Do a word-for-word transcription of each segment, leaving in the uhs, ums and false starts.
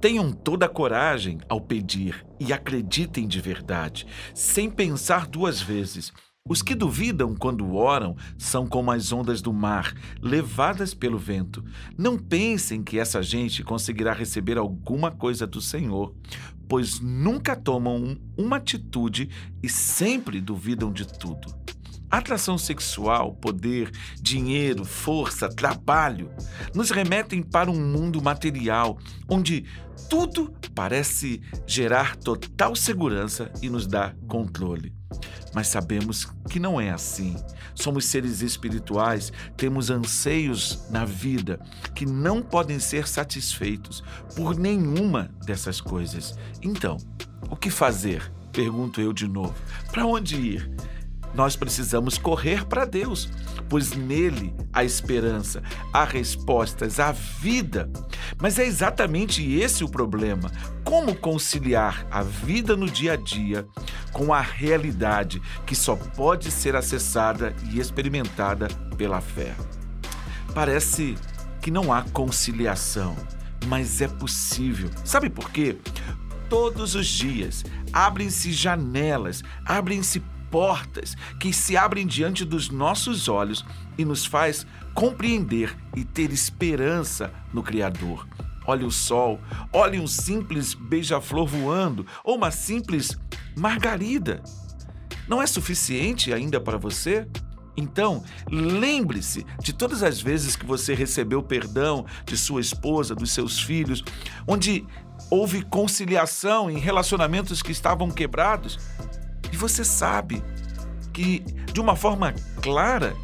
Tenham toda a coragem ao pedir e acreditem de verdade, sem pensar duas vezes. Os que duvidam quando oram são como as ondas do mar, levadas pelo vento. Não pensem que essa gente conseguirá receber alguma coisa do Senhor, pois nunca tomam uma atitude e sempre duvidam de tudo. Atração sexual, poder, dinheiro, força, trabalho nos remetem para um mundo material, onde tudo parece gerar total segurança e nos dar controle. Mas sabemos que não é assim. Somos seres espirituais, temos anseios na vida que não podem ser satisfeitos por nenhuma dessas coisas. Então, o que fazer? Pergunto eu de novo. Para onde ir? Nós precisamos correr para Deus, pois nele há esperança, há respostas, há vida. Mas é exatamente esse o problema. Como conciliar a vida no dia a dia com a realidade que só pode ser acessada e experimentada pela fé? Parece que não há conciliação, mas é possível. Sabe por quê? Todos os dias abrem-se janelas, abrem-se portas que se abrem diante dos nossos olhos e nos faz compreender e ter esperança no Criador. Olhe o sol, olhe um simples beija-flor voando ou uma simples margarida. Não é suficiente ainda para você? Então, lembre-se de todas as vezes que você recebeu perdão de sua esposa, dos seus filhos, onde houve conciliação em relacionamentos que estavam quebrados. E você sabe que, de uma forma clara,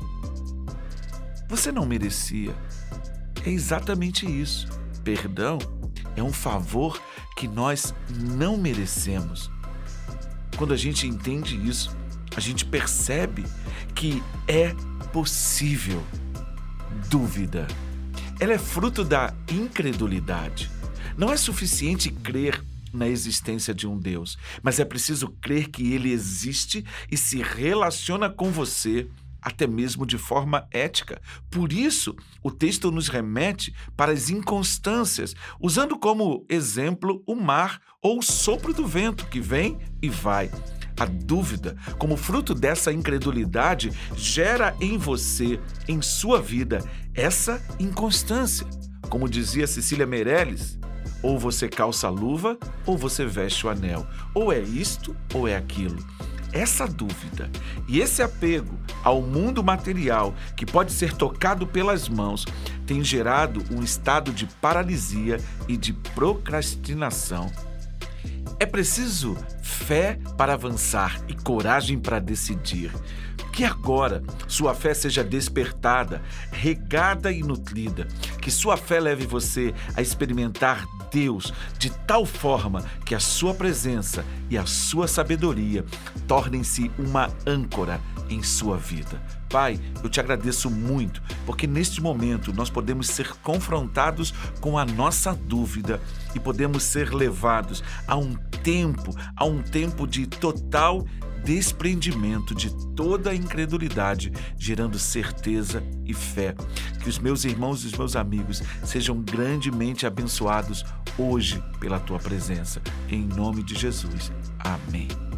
você não merecia. É exatamente isso. Perdão é um favor que nós não merecemos. Quando a gente entende isso, a gente percebe que é possível. Dúvida. Ela é fruto da incredulidade. Não é suficiente crer na existência de um Deus, mas é preciso crer que Ele existe e se relaciona com você, até mesmo de forma ética. Por isso, o texto nos remete para as inconstâncias, usando como exemplo o mar ou o sopro do vento que vem e vai. A dúvida, como fruto dessa incredulidade, gera em você, em sua vida, essa inconstância. Como dizia Cecília Meirelles, ou você calça a luva, ou você veste o anel. Ou é isto, ou é aquilo. Essa dúvida e esse apego ao mundo material, que pode ser tocado pelas mãos, tem gerado um estado de paralisia e de procrastinação. É preciso fé para avançar e coragem para decidir. Que agora sua fé seja despertada, regada e nutrida. Que sua fé leve você a experimentar Deus de tal forma que a sua presença e a sua sabedoria tornem-se uma âncora em sua vida. Pai, eu te agradeço muito, porque neste momento nós podemos ser confrontados com a nossa dúvida e podemos ser levados a um tempo, a um tempo de total desprendimento de toda a incredulidade, gerando certeza e fé. Que os meus irmãos e os meus amigos sejam grandemente abençoados hoje pela tua presença. Em nome de Jesus. Amém.